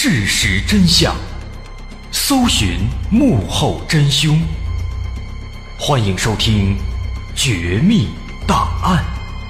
事实真相，搜寻幕后真凶。欢迎收听《绝密档案》。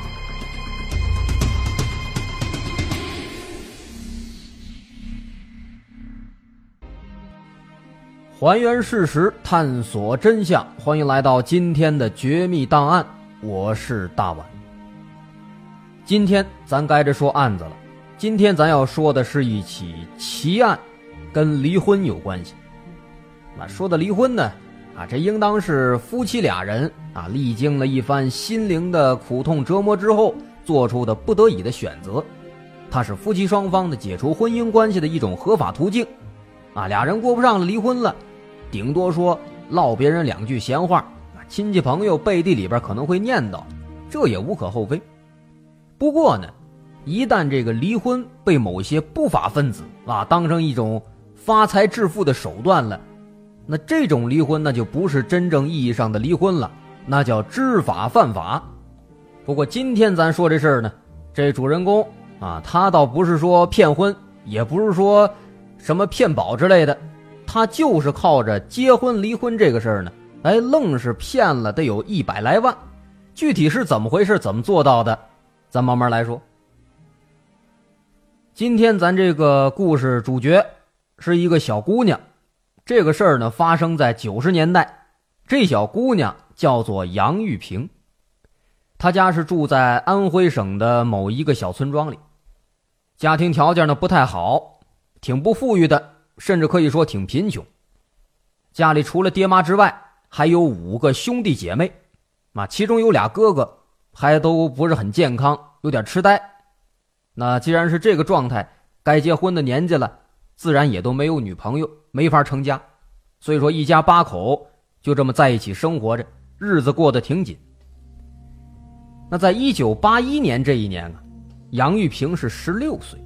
还原事实，探索真相，欢迎来到今天的绝密档案，我是大碗。今天咱该着说案子了，今天咱要说的是一起奇案，跟离婚有关系。说的离婚呢，这应当是夫妻俩人历经了一番心灵的苦痛折磨之后做出的不得已的选择，它是夫妻双方的解除婚姻关系的一种合法途径。俩人过不上了，离婚了，顶多说唠别人两句闲话，亲戚朋友背地里边可能会念叨，这也无可厚非。不过呢，一旦这个离婚被某些不法分子当成一种发财致富的手段了，那这种离婚那就不是真正意义上的离婚了，那叫知法犯法。不过今天咱说这事儿呢，这主人公他倒不是说骗婚，也不是说什么骗保之类的，他就是靠着结婚离婚这个事儿呢，愣是骗了得有100来万。具体是怎么回事，怎么做到的，咱慢慢来说。今天咱这个故事主角是一个小姑娘，这个事儿呢发生在90年代。这小姑娘叫做杨玉萍，她家是住在安徽省的某一个小村庄里，家庭条件呢不太好，挺不富裕的，甚至可以说挺贫穷。家里除了爹妈之外还有5个兄弟姐妹，其中有俩哥哥还都不是很健康，有点痴呆。那既然是这个状态，该结婚的年纪了，自然也都没有女朋友，没法成家。所以说一家8口就这么在一起生活着，日子过得挺紧。那在1981年这一年杨玉萍是16岁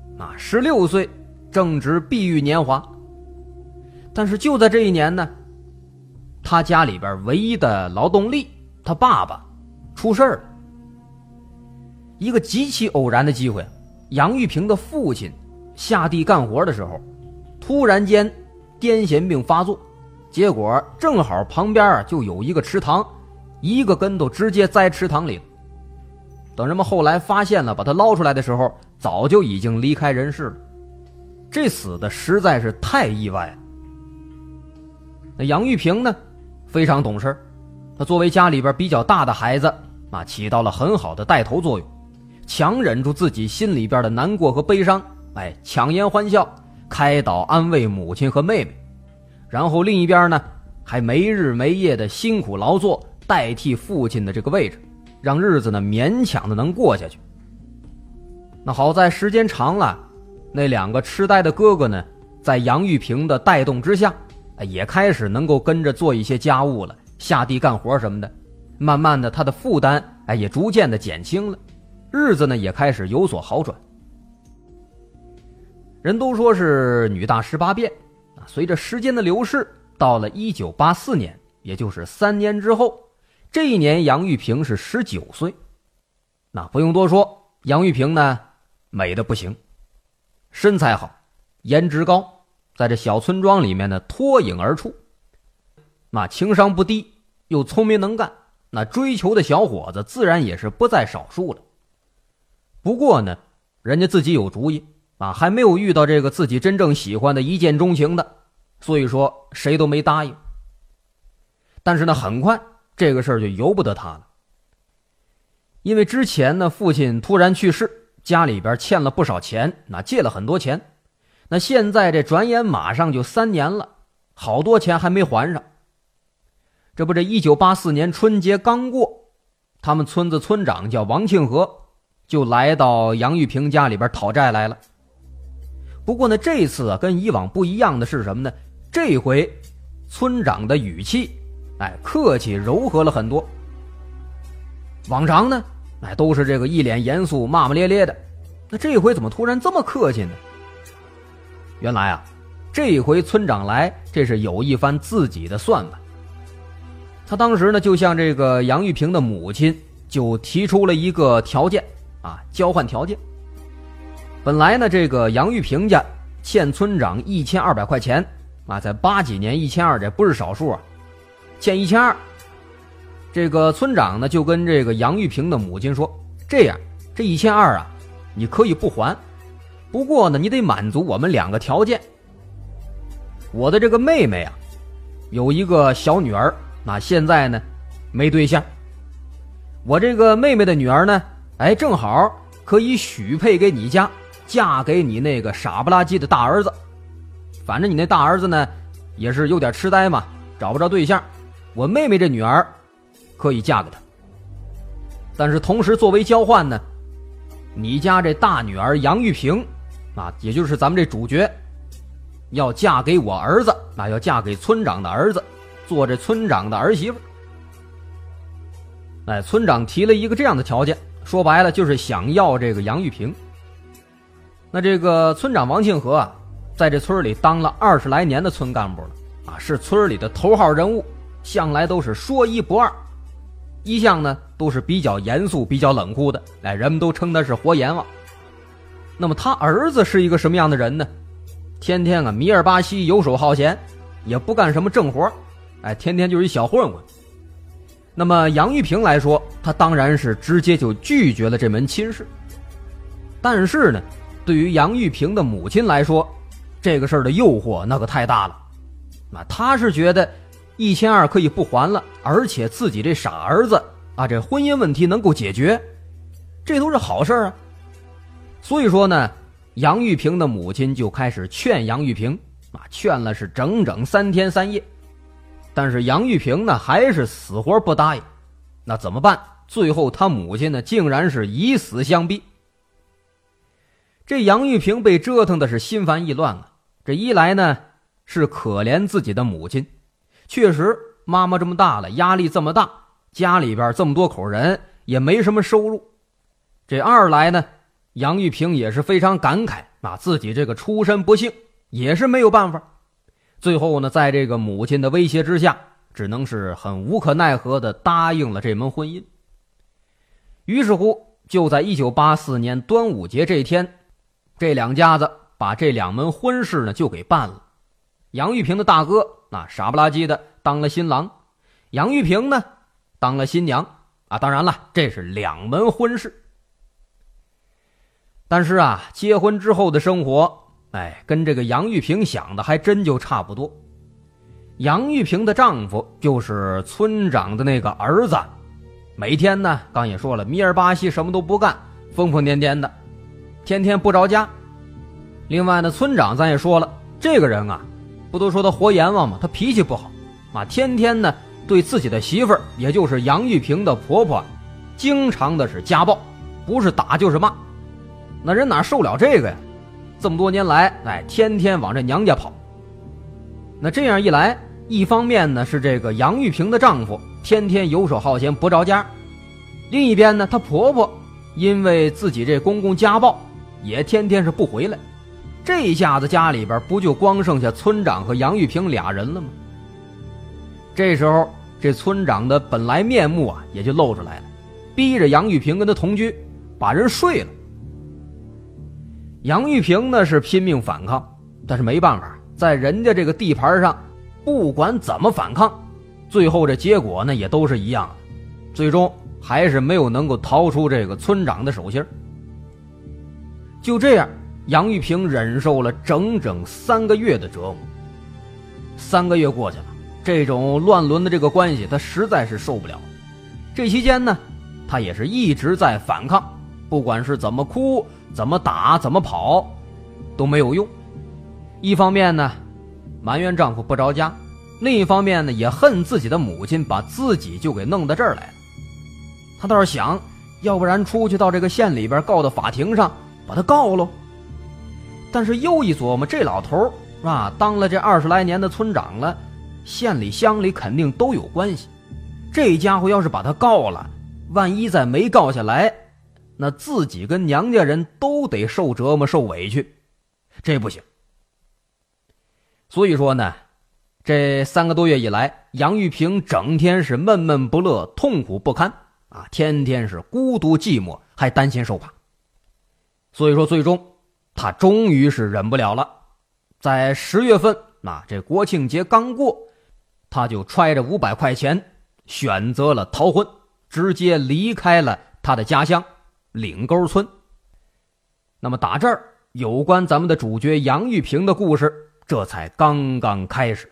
，16岁正值碧玉年华。但是就在这一年呢，他家里边唯一的劳动力，他爸爸出事了。一个极其偶然的机会，杨玉萍的父亲下地干活的时候，突然间癫痫病发作，结果正好旁边就有一个池塘，一个跟头直接栽池塘里了。等人们后来发现了，把他捞出来的时候，早就已经离开人世了。这死的实在是太意外了。那杨玉萍呢，非常懂事，他作为家里边比较大的孩子起到了很好的带头作用，强忍住自己心里边的难过和悲伤，强颜欢笑，开导安慰母亲和妹妹。然后另一边呢，还没日没夜的辛苦劳作，代替父亲的这个位置，让日子呢勉强的能过下去。那好在时间长了，那2个痴呆的哥哥呢，在杨玉萍的带动之下，也开始能够跟着做一些家务了，下地干活什么的。慢慢的他的负担也逐渐的减轻了，日子呢也开始有所好转。人都说是女大18变，随着时间的流逝，到了1984年，也就是3年之后，这一年杨玉萍是19岁。那不用多说，杨玉萍呢美的不行，身材好，颜值高，在这小村庄里面呢脱颖而出。情商不低，又聪明能干，那追求的小伙子自然也是不在少数了。不过呢，人家自己有主意还没有遇到这个自己真正喜欢的一见钟情的，所以说谁都没答应。但是呢，很快这个事儿就由不得他了。因为之前呢，父亲突然去世，家里边欠了不少钱，借了很多钱。那现在这转眼马上就3年了，好多钱还没还上。这不，这1984年春节刚过，他们村子村长叫王庆和，就来到杨玉萍家里边讨债来了。不过呢，这次跟以往不一样的是什么呢？这回村长的语气客气柔和了很多。往常呢都是这个一脸严肃骂骂咧咧的，那这回怎么突然这么客气呢？原来这回村长来，这是有一番自己的算盘。他当时呢就向这个杨玉萍的母亲就提出了一个条件交换条件。本来呢这个杨玉萍家欠村长1200块钱啊，在80几年1200这不是少数啊，欠1200。这个村长呢就跟这个杨玉萍的母亲说，这样这1200啊你可以不还，不过呢你得满足我们2个条件。我的这个妹妹啊有一个小女儿，那现在呢没对象，我这个妹妹的女儿呢正好可以许配给你家，嫁给你那个傻不拉几的大儿子。反正你那大儿子呢也是有点痴呆嘛，找不着对象，我妹妹这女儿可以嫁给他。但是同时作为交换呢，你家这大女儿杨玉萍啊，也就是咱们这主角，要嫁给我儿子，那要嫁给村长的儿子，做这村长的儿媳妇。村长提了一个这样的条件，说白了就是想要这个杨玉萍。那这个村长王庆和啊，在这村里当了20来年的村干部了啊，是村里的头号人物，向来都是说一不二，一向呢都是比较严肃比较冷酷的，人们都称他是活阎王。那么他儿子是一个什么样的人呢？天天啊米尔巴西，游手好闲，也不干什么正活，天天就是一小混混。那么杨玉萍来说，他当然是直接就拒绝了这门亲事。但是呢，对于杨玉萍的母亲来说，这个事儿的诱惑那可太大了。那他是觉得1200可以不还了，而且自己这傻儿子啊，这婚姻问题能够解决，这都是好事啊。所以说呢，杨玉萍的母亲就开始劝杨玉萍啊，劝了是整整3天3夜。但是杨玉萍呢还是死活不答应。那怎么办？最后他母亲呢竟然是以死相逼。这杨玉萍被折腾的是心烦意乱啊。这一来呢是可怜自己的母亲，确实妈妈这么大了，压力这么大，家里边这么多口人也没什么收入。这二来呢，杨玉萍也是非常感慨啊，自己这个出身不幸，也是没有办法。最后呢，在这个母亲的威胁之下，只能是很无可奈何地答应了这门婚姻。于是乎，就在1984年端午节这天，这两家子把这2门婚事呢就给办了。杨玉萍的大哥傻不拉几的当了新郎，杨玉萍呢当了新娘啊。当然了，这是2门婚事。但是啊，结婚之后的生活跟这个杨玉萍想的还真就差不多。杨玉萍的丈夫就是村长的那个儿子，每天呢刚也说了，米尔巴西什么都不干，疯疯癫癫的，天天不着家。另外呢，村长咱也说了，这个人啊，不都说他活阎王吗？他脾气不好啊，天天呢对自己的媳妇儿，也就是杨玉萍的婆婆，经常的是家暴，不是打就是骂。那人哪受了这个呀？这么多年来天天往这娘家跑。那这样一来，一方面呢是这个杨玉萍的丈夫天天游手好闲不着家，另一边呢她婆婆因为自己这公公家暴，也天天是不回来。这一下子家里边不就光剩下村长和杨玉萍俩人了吗？这时候这村长的本来面目啊也就露出来了，逼着杨玉萍跟他同居，把人睡了。杨玉萍呢是拼命反抗，但是没办法，在人家这个地盘上，不管怎么反抗，最后这结果呢也都是一样的，最终还是没有能够逃出这个村长的手心。就这样，杨玉萍忍受了整整3个月的折磨。3个月过去了，这种乱伦的这个关系她实在是受不了。这期间呢，她也是一直在反抗，不管是怎么哭怎么打怎么跑都没有用。一方面呢埋怨丈夫不着家，另一方面呢也恨自己的母亲把自己就给弄到这儿来了。她倒是想，要不然出去到这个县里边告到法庭上把他告喽。但是又一琢磨，这老头啊当了这20来年的村长了，县里乡里肯定都有关系，这家伙要是把他告了，万一再没告下来，那自己跟娘家人都得受折磨受委屈，这不行。所以说呢，这3个多月以来，杨玉萍整天是闷闷不乐，痛苦不堪啊，天天是孤独寂寞，还担心受怕。所以说最终他终于是忍不了了在10月份，这国庆节刚过，他就揣着500块钱选择了逃婚，直接离开了他的家乡岭沟村。那么打这儿，有关咱们的主角杨玉平的故事这才刚刚开始。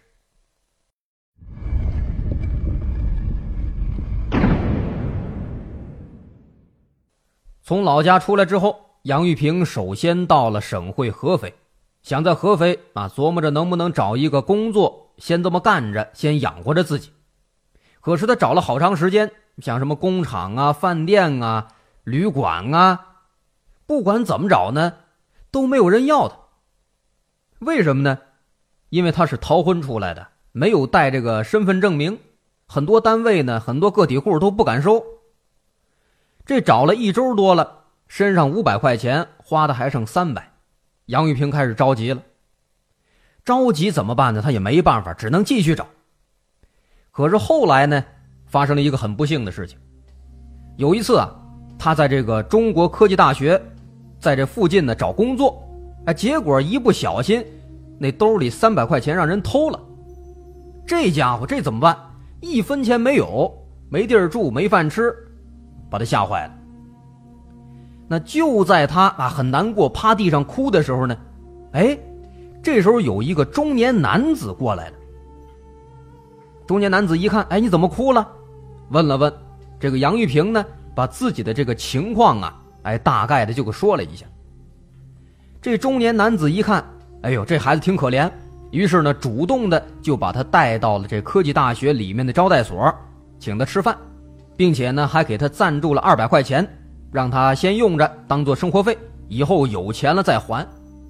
从老家出来之后，杨玉平首先到了省会合肥，想在合肥琢磨着能不能找一个工作，先这么干着，先养活着自己。可是他找了好长时间，像什么工厂啊、饭店啊、旅馆啊，不管怎么找呢，都没有人要他。为什么呢？因为他是逃婚出来的，没有带这个身份证明，很多单位呢，很多个体户都不敢收。这找了1周多了，身上500块钱花的还剩300，杨玉平开始着急了。着急怎么办呢？他也没办法，只能继续找。可是后来呢，发生了一个很不幸的事情。有一次他在这个中国科技大学在这附近呢找工作，结果一不小心那兜里300块钱让人偷了。这家伙这怎么办？1分钱没有，没地儿住，没饭吃，把他吓坏了。那就在他很难过趴地上哭的时候呢，这时候有一个中年男子过来了。中年男子一看，你怎么哭了？问了问这个杨玉平呢，把自己的这个情况大概的就给说了一下。这中年男子一看，这孩子挺可怜，于是呢主动的就把他带到了这科技大学里面的招待所，请他吃饭，并且呢还给他赞助了200块钱，让他先用着当做生活费，以后有钱了再还。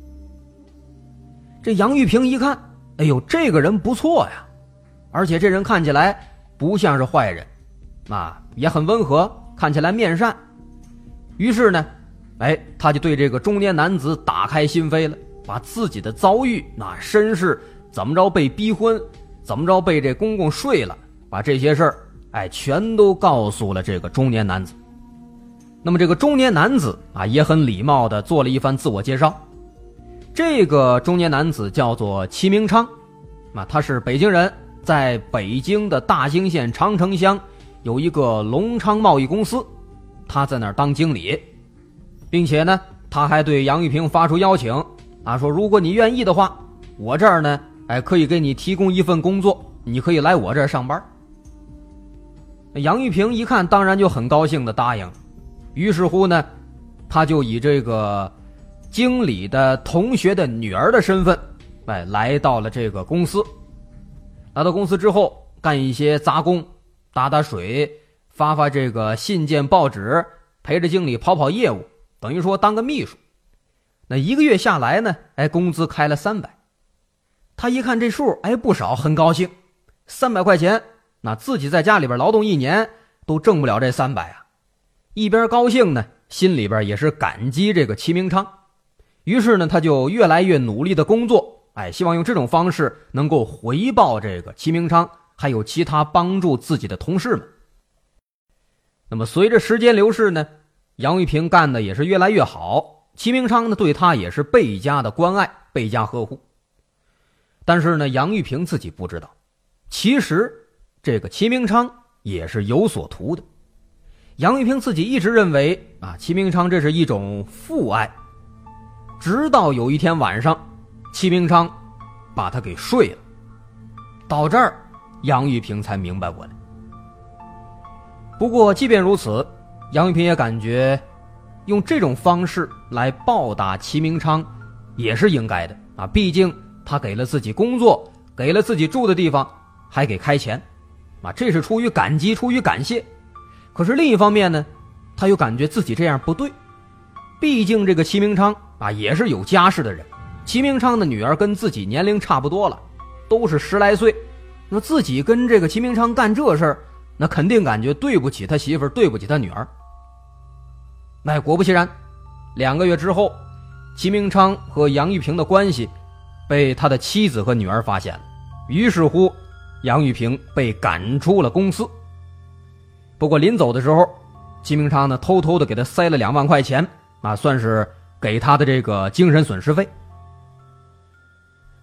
这杨玉平一看，这个人不错呀，而且这人看起来不像是坏人，也很温和，看起来面善。于是呢他就对这个中年男子打开心扉了，把自己的遭遇身世，怎么着被逼婚，怎么着被这公公睡了，把这些事儿全都告诉了这个中年男子。那么这个中年男子也很礼貌的做了一番自我介绍。这个中年男子叫做齐明昌，他是北京人，在北京的大兴县长城乡有一个隆昌贸易公司，他在那儿当经理，并且呢他还对杨玉平发出邀请说如果你愿意的话，我这儿呢可以给你提供一份工作，你可以来我这儿上班。杨玉平一看当然就很高兴的答应了，于是乎呢他就以这个经理的同学的女儿的身份来到了这个公司。来到公司之后，干一些杂工，打打水，发这个信件报纸，陪着经理跑跑业务，等于说当个秘书。那1个月下来呢工资开了300。他一看这数不少，很高兴。300块钱，那自己在家里边劳动1年都挣不了这300啊。一边高兴呢，心里边也是感激这个齐明昌。于是呢他就越来越努力的工作，希望用这种方式能够回报这个齐明昌还有其他帮助自己的同事们。那么随着时间流逝呢，杨玉平干的也是越来越好，齐明昌呢对他也是倍加的关爱，倍加呵护。但是呢杨玉平自己不知道，其实这个齐明昌也是有所图的。杨玉平自己一直认为齐明昌这是一种父爱，直到有一天晚上，齐明昌把他给睡了。到这儿杨玉平才明白过来。不过即便如此，杨玉平也感觉用这种方式来报答齐明昌也是应该的毕竟他给了自己工作，给了自己住的地方，还给开钱这是出于感激，出于感谢。可是另一方面呢，他又感觉自己这样不对，毕竟这个齐明昌也是有家室的人，齐明昌的女儿跟自己年龄差不多了，都是10来岁，那自己跟这个齐明昌干这事儿，那肯定感觉对不起他媳妇儿，对不起他女儿。果不其然，2个月之后，齐明昌和杨玉平的关系被他的妻子和女儿发现了，于是乎杨玉平被赶出了公司。不过临走的时候，齐明昌呢偷偷的给他塞了2万块钱算是给他的这个精神损失费。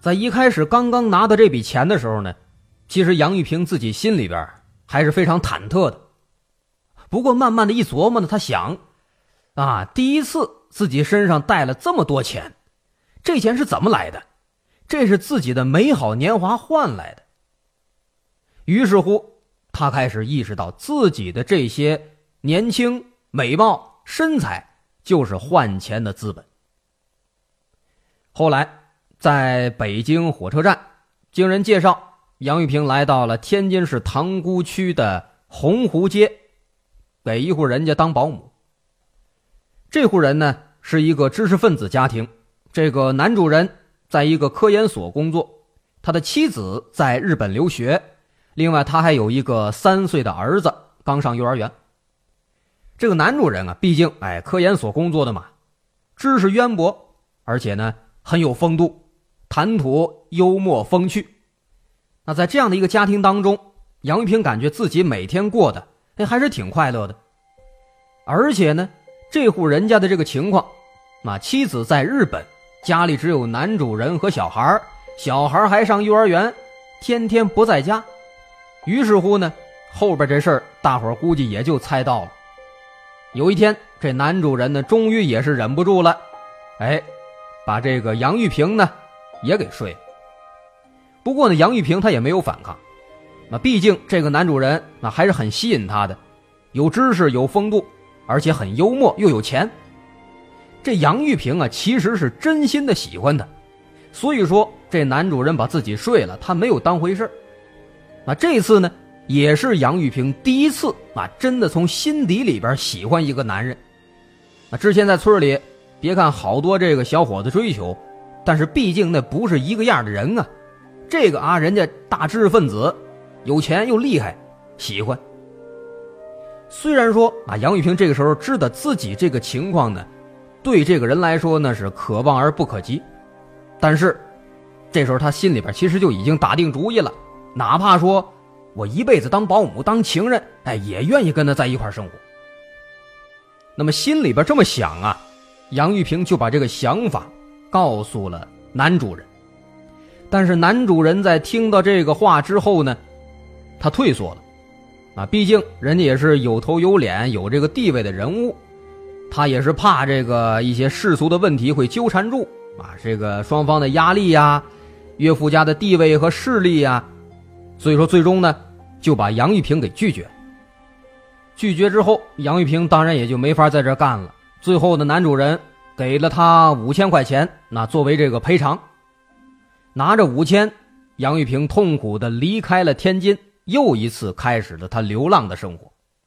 在一开始刚刚拿到这笔钱的时候呢，其实杨玉萍自己心里边还是非常忐忑的。不过慢慢的一琢磨呢，他想第一次自己身上带了这么多钱，这钱是怎么来的？这是自己的美好年华换来的。于是乎，他开始意识到自己的这些年轻、美貌、身材就是换钱的资本。后来在北京火车站，经人介绍，杨玉萍来到了天津市塘沽区的洪湖街，给一户人家当保姆。这户人呢是一个知识分子家庭，这个男主人在一个科研所工作，他的妻子在日本留学，另外他还有一个3岁的儿子，刚上幼儿园。这个男主人毕竟科研所工作的嘛，知识渊博，而且呢很有风度，谈吐幽默风趣。那在这样的一个家庭当中，杨玉萍感觉自己每天过得还是挺快乐的。而且呢，这户人家的这个情况，妻子在日本，家里只有男主人和小孩，小孩还上幼儿园，天天不在家。于是乎呢，后边这事儿大伙儿估计也就猜到了。有一天，这男主人呢终于也是忍不住了，把这个杨玉萍呢也给睡了。不过呢，杨玉萍她也没有反抗，毕竟这个男主人还是很吸引她的，有知识有风度，而且很幽默又有钱。这杨玉萍其实是真心的喜欢他，所以说这男主人把自己睡了，他没有当回事。这次呢也是杨玉萍第一次真的从心底里边喜欢一个男人。之前在村里别看好多这个小伙子追求，但是毕竟那不是一个样的人啊。这个人家大知识分子，有钱又厉害，喜欢。虽然说杨玉萍这个时候知道自己这个情况呢对这个人来说呢是可望而不可及，但是这时候他心里边其实就已经打定主意了，哪怕说我一辈子当保姆当情人，也愿意跟他在一块生活。那么心里边这么想杨玉萍就把这个想法告诉了男主人。但是男主人在听到这个话之后呢，他退缩了毕竟人家也是有头有脸有这个地位的人物，他也是怕这个一些世俗的问题会纠缠住这个双方的压力呀，岳父家的地位和势力呀，所以说最终呢就把杨玉萍给拒绝。拒绝之后，杨玉萍当然也就没法在这干了。最后的男主人给了他5000块钱，作为这个赔偿。拿着5000，杨玉萍痛苦地离开了天津，又一次开始了他流浪的生活。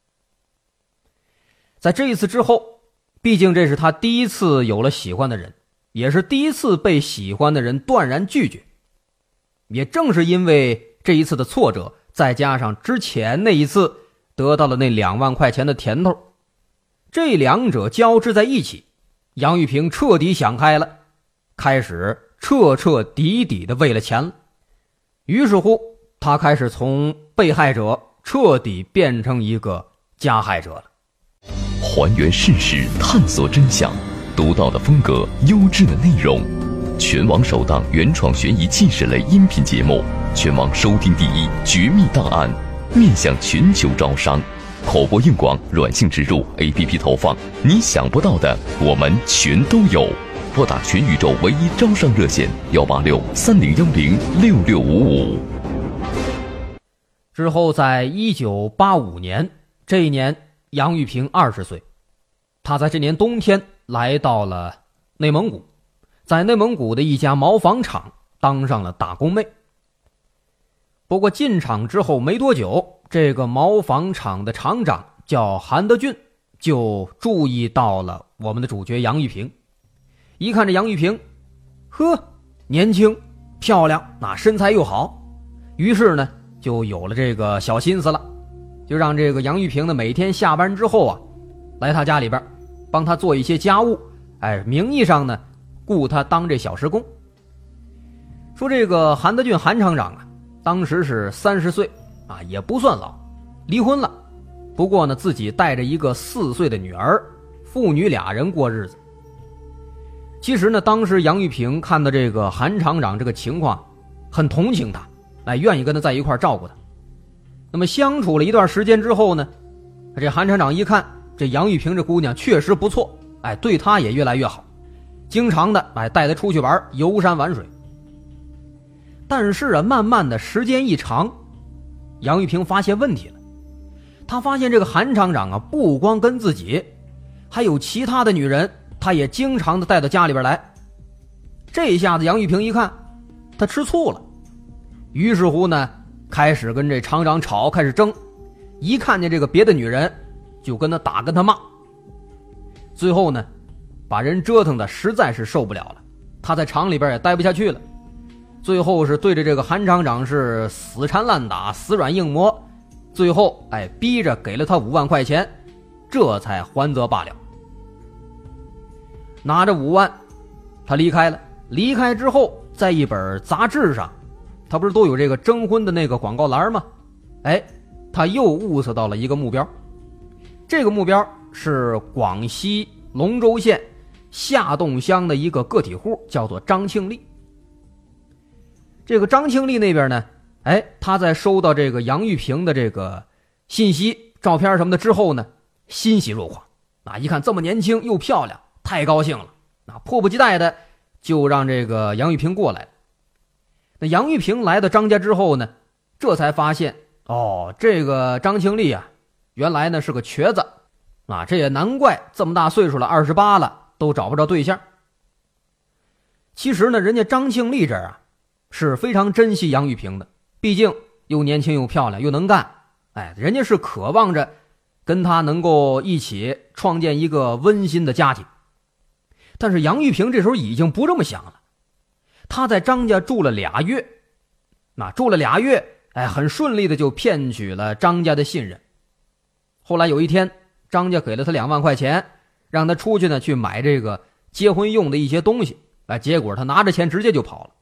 在这一次之后，毕竟这是他第一次有了喜欢的人，也是第一次被喜欢的人断然拒绝。也正是因为这一次的挫折，再加上之前那一次得到了那2万块钱的甜头，这两者交织在一起，杨玉萍彻底想开了，开始彻彻底底的为了钱了。于是乎，他开始从被害者彻底变成一个加害者了。 还原事实，探索真相，独到的风格，优质的内容，全网首档原创悬疑纪实类音频节目，全网收听第一《绝密档案》，面向全球招商，口播硬广、软性植入、APP 投放，你想不到的我们全都有。拨打全宇宙唯一招商热线18630106655。 之后在1985年，这一年杨玉萍20岁，她在这年冬天来到了内蒙古，在内蒙古的一家毛纺厂当上了打工妹。不过进厂之后没多久，这个毛纺厂的厂长叫韩德俊，就注意到了我们的主角杨玉萍。一看这杨玉萍，年轻漂亮，身材又好，于是呢就有了这个小心思了，就让这个杨玉萍呢每天下班之后来他家里边帮他做一些家务，名义上呢雇他当这小时工。说这个韩德俊韩厂长当时是30岁也不算老，离婚了，不过呢自己带着一个4岁的女儿，父女俩人过日子。 其实呢，当时杨玉萍看到这个韩厂长这个情况，很同情他，愿意跟他在一块照顾他。那么相处了一段时间之后呢，这韩厂长一看这杨玉萍这姑娘确实不错，对他也越来越好，经常的带他出去玩，游山玩水。但是啊，慢慢的时间一长，杨玉萍发现问题了。他发现这个韩厂长啊，不光跟自己，还有其他的女人，他也经常的带到家里边来。这一下子杨玉萍一看，他吃醋了，于是乎呢，开始跟这厂长吵，开始争。一看见这个别的女人，就跟他打，跟他骂。最后呢，把人折腾的实在是受不了了，他在厂里边也待不下去了。最后是对着这个韩厂长是死缠烂打，死软硬磨，最后逼着给了他5万块钱，这才还则罢了。拿着5万，他离开了。离开之后，在一本杂志上，他不是都有这个征婚的那个广告栏吗？他又物色到了一个目标。这个目标是广西龙州县下洞乡的一个个体户，叫做张庆丽。这个张庆丽那边呢，他在收到这个杨玉萍的这个信息、照片什么的之后呢，欣喜若狂。一看这么年轻又漂亮，太高兴了，迫不及待的就让这个杨玉萍过来了。那杨玉萍来到张家之后呢，这才发现这个张庆丽啊，原来呢是个瘸子这也难怪这么大岁数了，28了都找不着对象。其实呢，人家张庆丽这儿啊是非常珍惜杨玉萍的，毕竟又年轻又漂亮又能干，人家是渴望着跟他能够一起创建一个温馨的家庭。但是杨玉萍这时候已经不这么想了，他在张家住了2月，住了2月，很顺利的就骗取了张家的信任。后来有一天，张家给了他2万块钱，让他出去呢去买这个结婚用的一些东西，结果他拿着钱直接就跑了。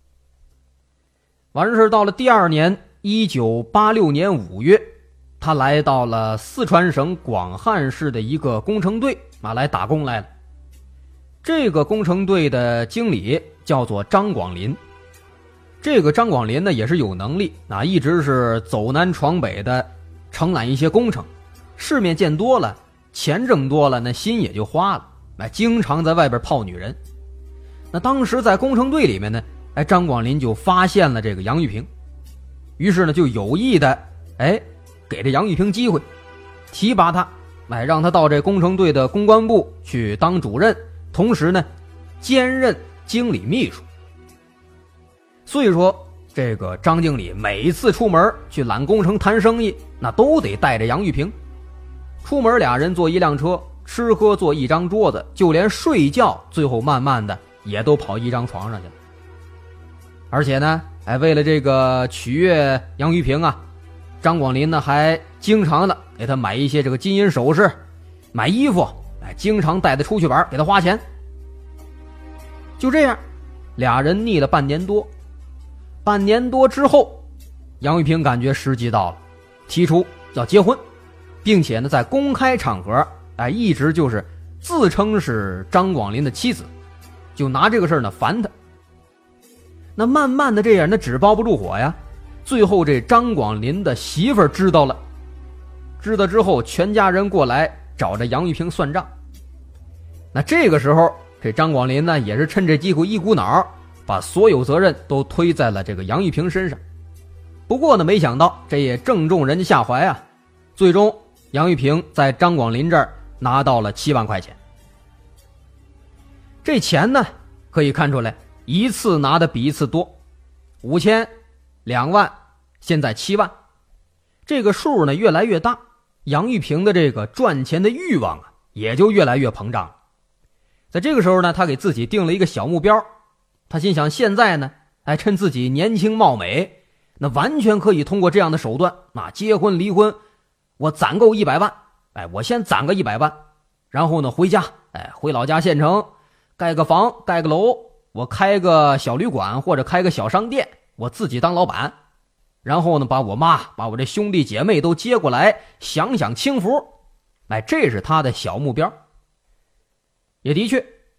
完事到了第2年1986年5月，他来到了四川省广汉市的一个工程队来打工来了。这个工程队的经理叫做张广林。这个张广林呢也是有能力一直是走南闯北的承揽一些工程，世面见多了，钱挣多了，那心也就花了，经常在外边泡女人。那当时在工程队里面呢，张广林就发现了这个杨玉萍，于是呢就有意的给这杨玉萍机会，提拔他，让他到这工程队的公关部去当主任，同时呢兼任经理秘书。所以说这个张经理每一次出门去揽工程谈生意，那都得带着杨玉萍。出门2人坐一辆车，吃喝坐一张桌子，就连睡觉最后慢慢的也都跑一张床上去了。而且呢为了这个取悦杨玉萍啊，张广林呢还经常的给他买一些这个金银首饰，买衣服，经常带他出去玩，给他花钱。就这样2人腻了半年多。半年多之后，杨玉萍感觉时机到了，提出要结婚，并且呢在公开场合一直就是自称是张广林的妻子，就拿这个事儿呢烦他。那慢慢的这样，那纸包不住火呀，最后这张广林的媳妇儿知道了，知道之后全家人过来找着杨玉萍算账。那这个时候这张广林呢也是趁这机会一股脑把所有责任都推在了这个杨玉萍身上。不过呢没想到这也正中人家下怀啊，最终杨玉萍在张广林这儿拿到了7万块钱。这钱呢可以看出来一次拿的比一次多，5000、2万，现在7万。这个数呢越来越大，杨玉萍的这个赚钱的欲望也就越来越膨胀了。在这个时候呢，他给自己定了一个小目标，他心想现在呢趁自己年轻貌美，那完全可以通过这样的手段结婚离婚，我攒够100万，我先攒个100万，然后呢回家，回老家县城盖个房盖个楼，我开个小旅馆或者开个小商店，我自己当老板，然后呢把我妈把我这兄弟姐妹都接过来享享清福。这是他的小目标。也的确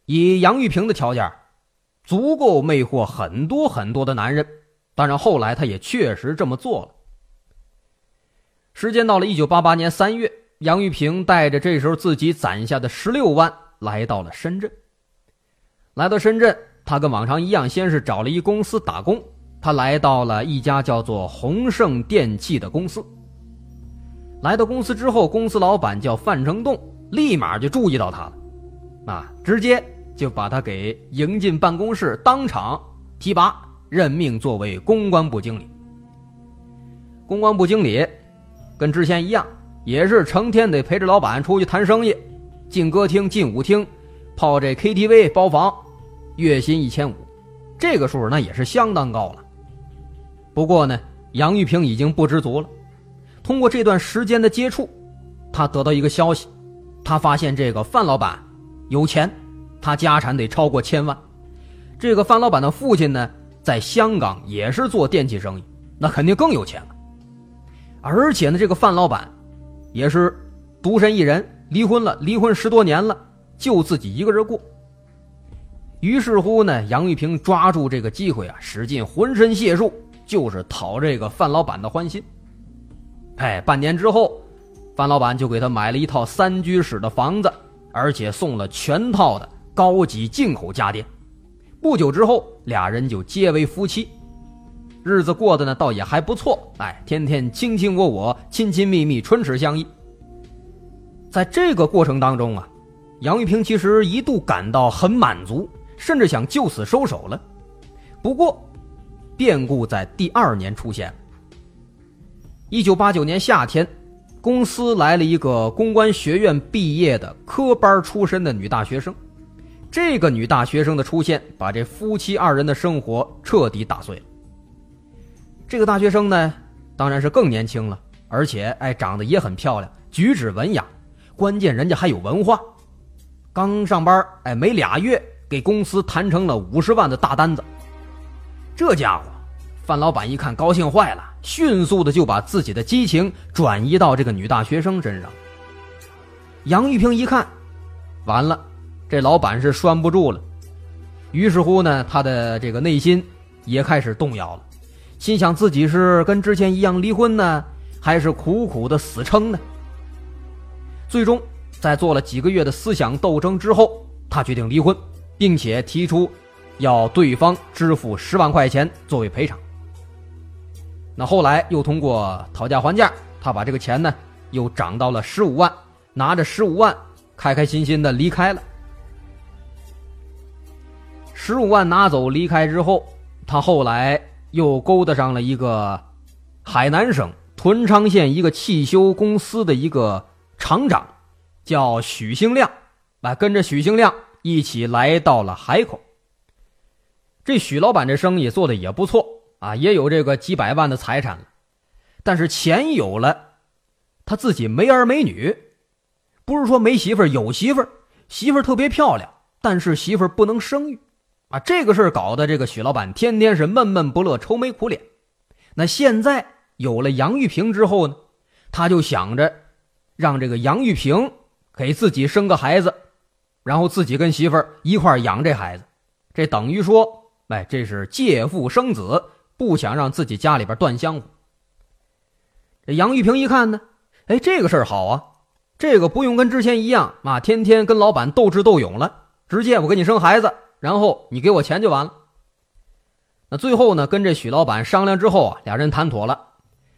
以杨玉萍的条件，足够魅惑很多很多的男人。当然后来他也确实这么做了。时间到了1988年3月，杨玉萍带着这时候自己攒下的16万来到了深圳。来到深圳，他跟往常一样，先是找了一公司打工。他来到了一家叫做宏盛电器的公司。来到公司之后，公司老板叫范成栋，立马就注意到他了，直接就把他给迎进办公室，当场提拔任命作为公关部经理。公关部经理跟之前一样，也是成天得陪着老板出去谈生意，进歌厅进舞厅，泡这 KTV 包房，月薪1500，这个数那也是相当高了。不过呢，杨玉萍已经不知足了。通过这段时间的接触，他得到一个消息，他发现这个范老板有钱，他家产得超过1000万。这个范老板的父亲呢，在香港也是做电器生意，那肯定更有钱了。而且呢，这个范老板也是独身一人，离婚了，离婚10多年了，就自己一个人过。于是乎呢，杨玉萍抓住这个机会使尽浑身解数，就是讨这个范老板的欢心。半年之后，范老板就给他买了一套3居室的房子，而且送了全套的高级进口家电。不久之后，俩人就结为夫妻，日子过得呢倒也还不错，天天卿卿我我，亲亲密密，唇齿相依。在这个过程当中杨玉萍其实一度感到很满足，甚至想就此收手了。不过变故在第2年出现。1989年夏天，公司来了一个公关学院毕业的科班出身的女大学生。这个女大学生的出现，把这夫妻2人的生活彻底打碎了。这个大学生呢，当然是更年轻了，而且长得也很漂亮，举止文雅，关键人家还有文化。刚上班没2月，给公司谈成了50万的大单子。这家伙范老板一看高兴坏了，迅速的就把自己的激情转移到这个女大学生身上。杨玉萍一看完了，这老板是拴不住了。于是乎呢，他的这个内心也开始动摇了，心想自己是跟之前一样离婚呢，还是苦苦的死撑呢？最终在做了几个月的思想斗争之后，他决定离婚，并且提出要对方支付10万块钱作为赔偿。那后来又通过讨价还价，他把这个钱呢又涨到了15万，拿着15万开开心心的离开了。15万拿走离开之后，他后来又勾搭上了一个海南省屯昌县一个汽修公司的一个厂长，叫许兴亮，跟着许兴亮一起来到了海口。这许老板这生意做的也不错也有这个几百万的财产了，但是钱有了，他自己没儿没女。不是说没媳妇儿，有媳妇儿，媳妇儿特别漂亮，但是媳妇儿不能生育这个事儿搞得这个许老板天天是闷闷不乐，愁眉苦脸。那现在有了杨玉萍之后呢，他就想着让这个杨玉萍给自己生个孩子，然后自己跟媳妇儿一块养这孩子。这等于说这是借腹生子，不想让自己家里边断香火。这杨玉萍一看呢，这个事儿好这个不用跟之前一样天天跟老板斗智斗勇了，直接我给你生孩子，然后你给我钱就完了。那最后呢，跟这许老板商量之后俩人谈妥了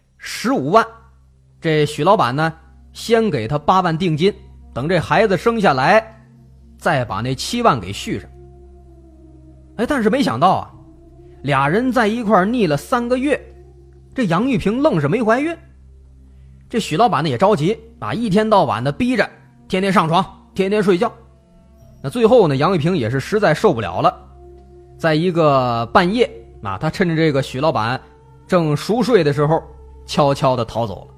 15万。这许老板呢，先给他8万定金，等这孩子生下来再把那7万给续上。但是没想到俩人在一块腻了3个月，这杨玉萍愣是没怀孕。这许老板呢也着急一天到晚的逼着，天天上床，天天睡觉。那最后呢，杨玉萍也是实在受不了了，在一个半夜他趁着这个许老板正熟睡的时候，悄悄的逃走了。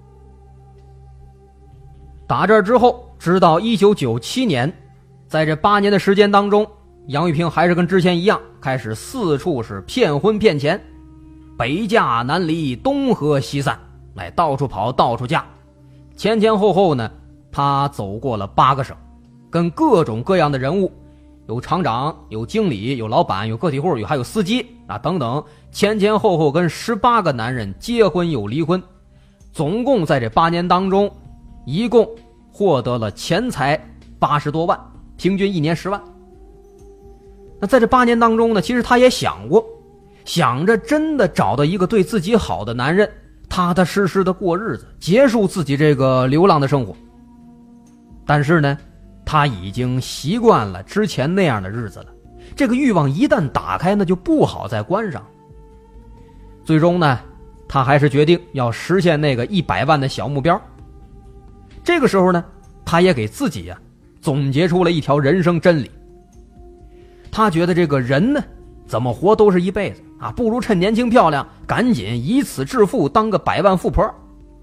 打这之后，直到1997年，在这8年的时间当中，杨玉萍还是跟之前一样，开始四处是骗婚骗钱，北嫁南离，东和西散，到处跑，到处嫁。前后呢，他走过了8个省，跟各种各样的人物有厂长，有经理，有老板，有个体户，还有司机啊等等，前前后后跟18个男人结婚又离婚，总共在这8年当中，一共获得了钱财80多万，平均1年10万。那在这8年当中呢，其实他也想过，想着真的找到一个对自己好的男人，踏踏实实的过日子，结束自己这个流浪的生活。但是呢，他已经习惯了之前那样的日子了，这个欲望一旦打开，那就不好再关上。最终呢，他还是决定要实现那个100万的小目标。这个时候呢，他也给自己总结出了一条人生真理。他觉得这个人呢，怎么活都是一辈子啊，不如趁年轻漂亮，赶紧以此致富，当个100万富婆。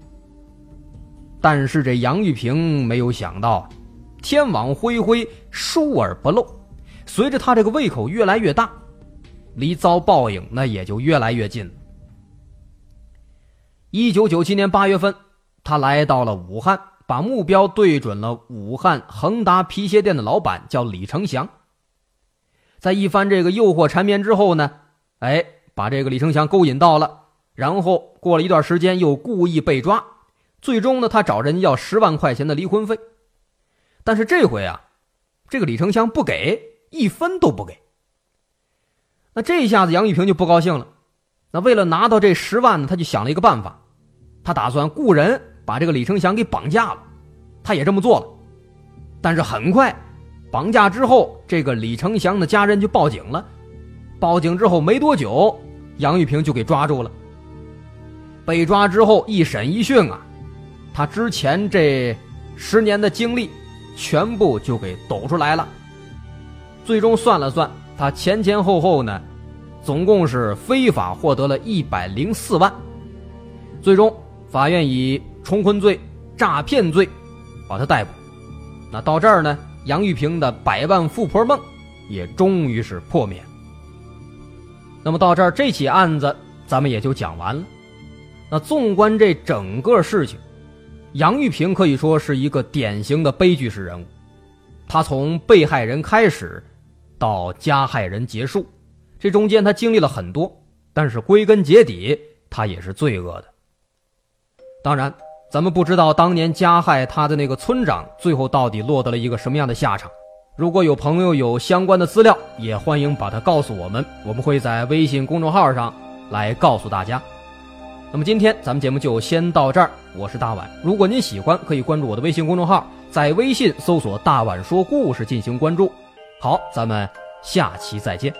但是这杨玉萍没有想到，天网恢恢，疏而不漏。随着他这个胃口越来越大，离遭报应那也就越来越近了。1997年8月份，他来到了武汉，把目标对准了武汉恒达皮鞋店的老板，叫李成祥。在一番这个诱惑缠绵之后呢，把这个李成祥勾引到了，然后过了一段时间又故意被抓，最终呢，他找人要10万块钱的离婚费。但是这回这个李成祥不给，1分都不给。那这下子杨玉萍就不高兴了，那为了拿到这10万呢，他就想了一个办法，他打算雇人把这个李成祥给绑架了。他也这么做了，但是很快绑架之后，这个李成祥的家人就报警了。报警之后没多久，杨玉萍就给抓住了。被抓之后一审一讯他之前这10年的经历全部就给抖出来了。最终算了算，他前前后后呢，总共是非法获得了104万。最终法院以重婚罪、诈骗罪把他逮捕。那到这儿呢，杨玉萍的100万富婆梦也终于是破灭。那么到这儿，这起案子咱们也就讲完了。那纵观这整个事情，杨玉萍可以说是一个典型的悲剧式人物。他从被害人开始到加害人结束，这中间他经历了很多，但是归根结底他也是罪恶的。当然咱们不知道当年加害他的那个村长最后到底落得了一个什么样的下场。如果有朋友有相关的资料，也欢迎把它告诉我们，我们会在微信公众号上来告诉大家。那么今天咱们节目就先到这儿，我是大碗。如果您喜欢，可以关注我的微信公众号，在微信搜索大碗说故事进行关注。好，咱们下期再见。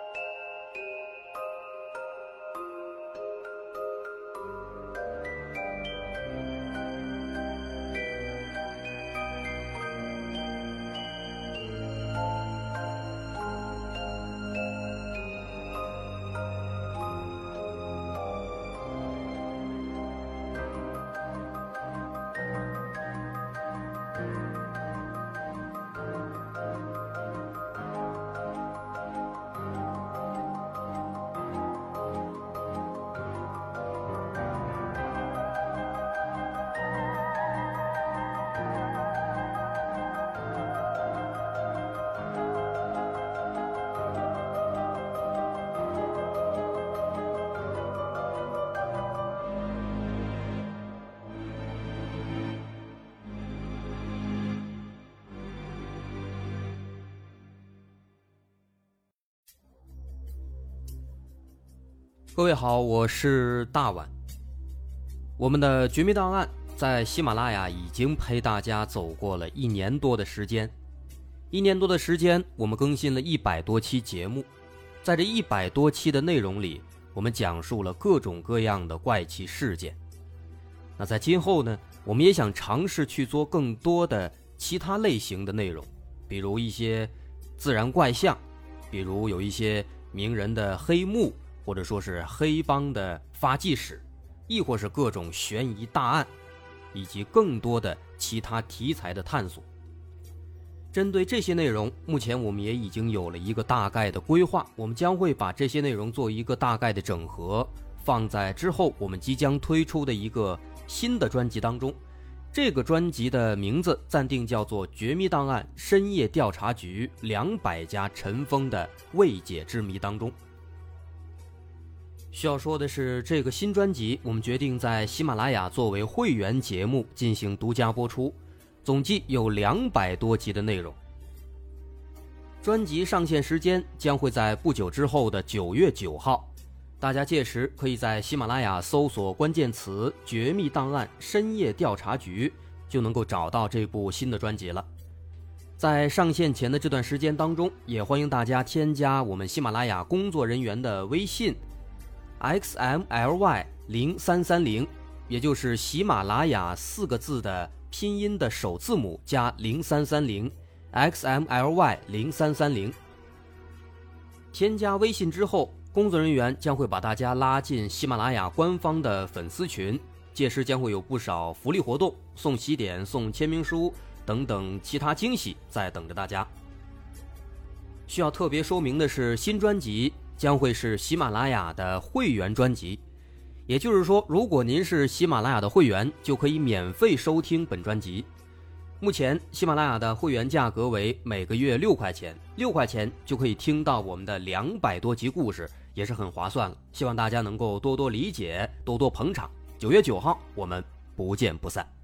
各位好，我是大碗。我们的绝密档案在喜马拉雅已经陪大家走过了1年多的时间。1年多的时间，我们更新了100多期节目。在这100多期的内容里，我们讲述了各种各样的怪奇事件。那在今后呢，我们也想尝试去做更多的其他类型的内容，比如一些自然怪象，比如有一些名人的黑幕，或者说是黑帮的发迹史，亦或是各种悬疑大案，以及更多的其他题材的探索。针对这些内容，目前我们也已经有了一个大概的规划，我们将会把这些内容做一个大概的整合，放在之后我们即将推出的一个新的专辑当中。 这个专辑的名字暂定叫做《绝密档案深夜调查局200家尘封的未解之谜》当中。需要说的是，这个新专辑我们决定在喜马拉雅作为会员节目进行独家播出，总计有200多集的内容。专辑上线时间将会在不久之后的9月9号，大家届时可以在喜马拉雅搜索关键词“绝密档案深夜调查局”，就能够找到这部新的专辑了。在上线前的这段时间当中，也欢迎大家添加我们喜马拉雅工作人员的微信 XMLY0330， 也就是喜马拉雅4个字的拼音的首字母加0330 XMLY0330。 添加微信之后，工作人员将会把大家拉进喜马拉雅官方的粉丝群，届时将会有不少福利活动，送喜点、送签名书等等其他惊喜在等着大家。需要特别说明的是，新专辑将会是喜马拉雅的会员专辑，也就是说，如果您是喜马拉雅的会员，就可以免费收听本专辑。目前喜马拉雅的会员价格为每个月6块钱，6块钱就可以听到我们的200多集故事，也是很划算了。希望大家能够多多理解，多多捧场。9月9号我们不见不散。